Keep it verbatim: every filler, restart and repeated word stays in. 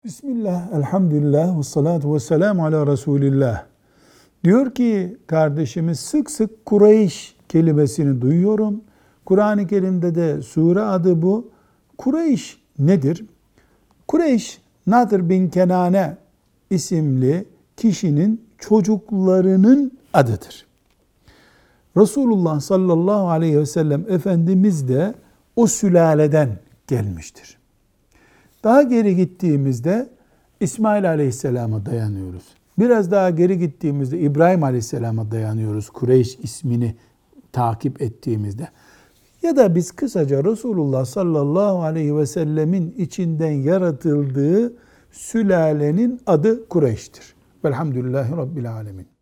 Bismillah, elhamdülillah, ve salatu ve selamu ala Resulillah. Diyor ki kardeşimiz, sık sık Kureyş kelimesini duyuyorum. Kur'an-ı Kerim'de de sure adı bu. Kureyş nedir? Kureyş, Nadir bin Kenane isimli kişinin çocuklarının adıdır. Resulullah sallallahu aleyhi ve sellem Efendimiz de o sülaleden gelmiştir. Daha geri gittiğimizde İsmail Aleyhisselam'a dayanıyoruz. Biraz daha geri gittiğimizde İbrahim Aleyhisselam'a dayanıyoruz. Kureyş ismini takip ettiğimizde. Ya da biz kısaca Resulullah sallallahu aleyhi ve sellemin içinden yaratıldığı sülalenin adı Kureyş'tir. Velhamdülillahi Rabbil alemin.